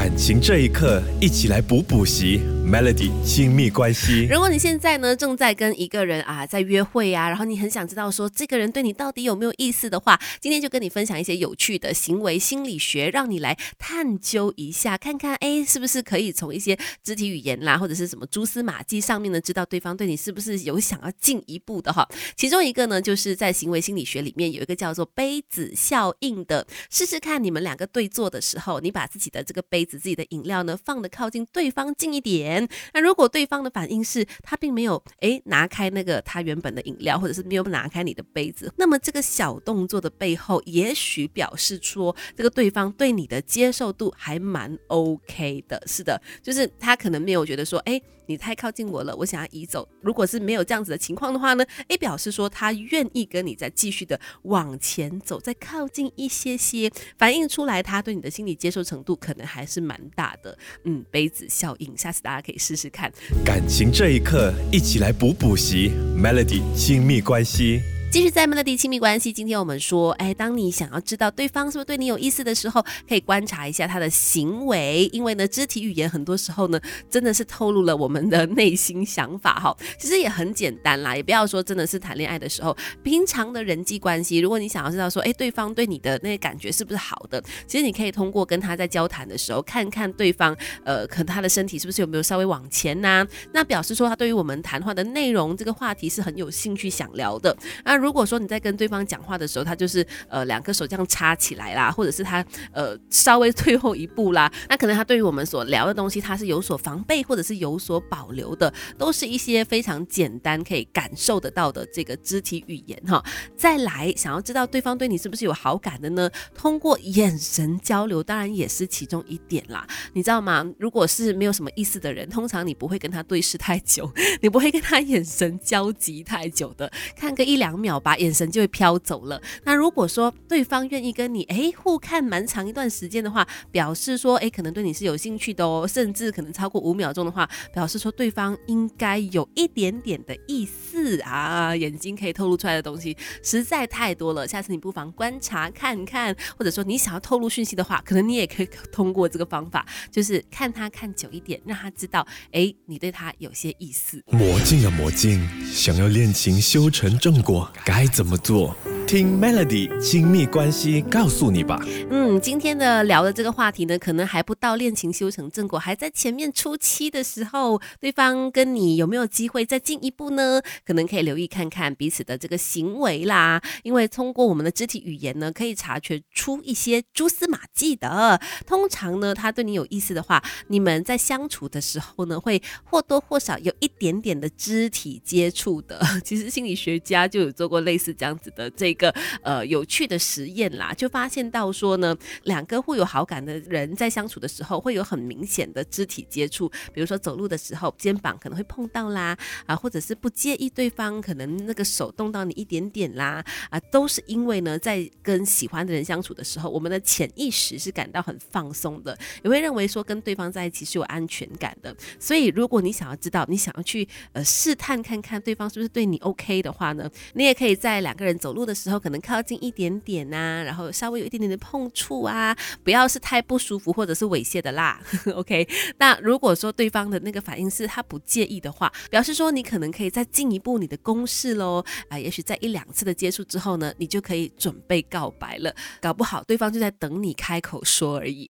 感情这一刻，一起来补习 Melody 亲密关系。 如果你现在呢正在跟一个人在约会然后你很想知道说这个人对你到底有没有意思的话，今天就跟你分享一些有趣的行为心理学，让你来探究一下，看看是不是可以从一些肢体语言啦，或者是什么蛛丝马迹上面呢，知道对方对你是不是有想要进一步的哈。其中一个呢，就是在行为心理学里面有一个叫做杯子效应的，试试看你们两个对坐的时候，你把自己的这个杯子、自己的饮料呢放得靠近对方近一点。那如果对方的反应是他并没有拿开那个他原本的饮料，或者是没有拿开你的杯子，那么这个小动作的背后，也许表示说这个对方对你的接受度还蛮 OK 的。是的，就是他可能没有觉得说你太靠近我了，我想要移走。如果是没有这样子的情况的话呢，表示说他愿意跟你再继续的往前走，再靠近一些些，反映出来他对你的心理接受程度可能还是蛮大的。杯子效应，下次大家可以试试看。 感情这一刻，一起来补习 Melody 亲密关系。 继续在 Melody 亲密关系，今天我们说当你想要知道对方是不是对你有意思的时候，可以观察一下他的行为，因为呢肢体语言很多时候呢真的是透露了我们的内心想法哈。其实也很简单啦，也不要说真的是谈恋爱的时候，平常的人际关系，如果你想要知道说对方对你的那个感觉是不是好的，其实你可以通过跟他在交谈的时候，看看对方可能他的身体是不是有没有稍微往前那表示说他对于我们谈话的内容这个话题是很有兴趣想聊的。如果说你在跟对方讲话的时候，他就是两个手这样插起来啦，或者是他稍微退后一步啦，那可能他对于我们所聊的东西他是有所防备或者是有所保留的，都是一些非常简单可以感受得到的这个肢体语言哈。再来想要知道对方对你是不是有好感的呢，通过眼神交流当然也是其中一点啦。你知道吗，如果是没有什么意思的人，通常你不会跟他对视太久，你不会跟他眼神交集太久的，看个1-2秒吧，眼神就会飘走了。那如果说对方愿意跟你互看蛮长一段时间的话，表示说可能对你是有兴趣的哦，甚至可能超过5秒钟的话，表示说对方应该有一点点的意思眼睛可以透露出来的东西实在太多了，下次你不妨观察看看，或者说你想要透露讯息的话，可能你也可以通过这个方法，就是看他看久一点，让他知道你对他有些意思。 魔镜啊魔镜，想要恋情修成正果该怎么做？听 Melody 亲密关系告诉你吧。 今天的聊的这个话题呢，可能还不到恋情修成正果，还在前面初期的时候，对方跟你有没有机会再进一步呢？可能可以留意看看彼此的这个行为啦，因为通过我们的肢体语言呢，可以察觉出一些蛛丝马迹的。通常呢，他对你有意思的话，你们在相处的时候呢，会或多或少有一点点的肢体接触的。其实心理学家就有做过类似这样子的这个有趣的实验啦，就发现到说呢，两个互有好感的人在相处的时候会有很明显的肢体接触，比如说走路的时候肩膀可能会碰到啦或者是不介意对方可能那个手动到你一点点啦都是因为呢在跟喜欢的人相处的时候，我们的潜意识是感到很放松的，也会认为说跟对方在一起是有安全感的。所以如果你想要知道，你想要去试探看看对方是不是对你 OK 的话呢，你也可以在两个人走路的时候可能靠近一点点然后稍微有一点点的碰触不要是太不舒服或者是猥亵的啦OK。 那如果说对方的那个反应是他不介意的话，表示说你可能可以再进一步你的攻势咯也许在1-2次的接触之后呢，你就可以准备告白了，搞不好对方就在等你开口说而已。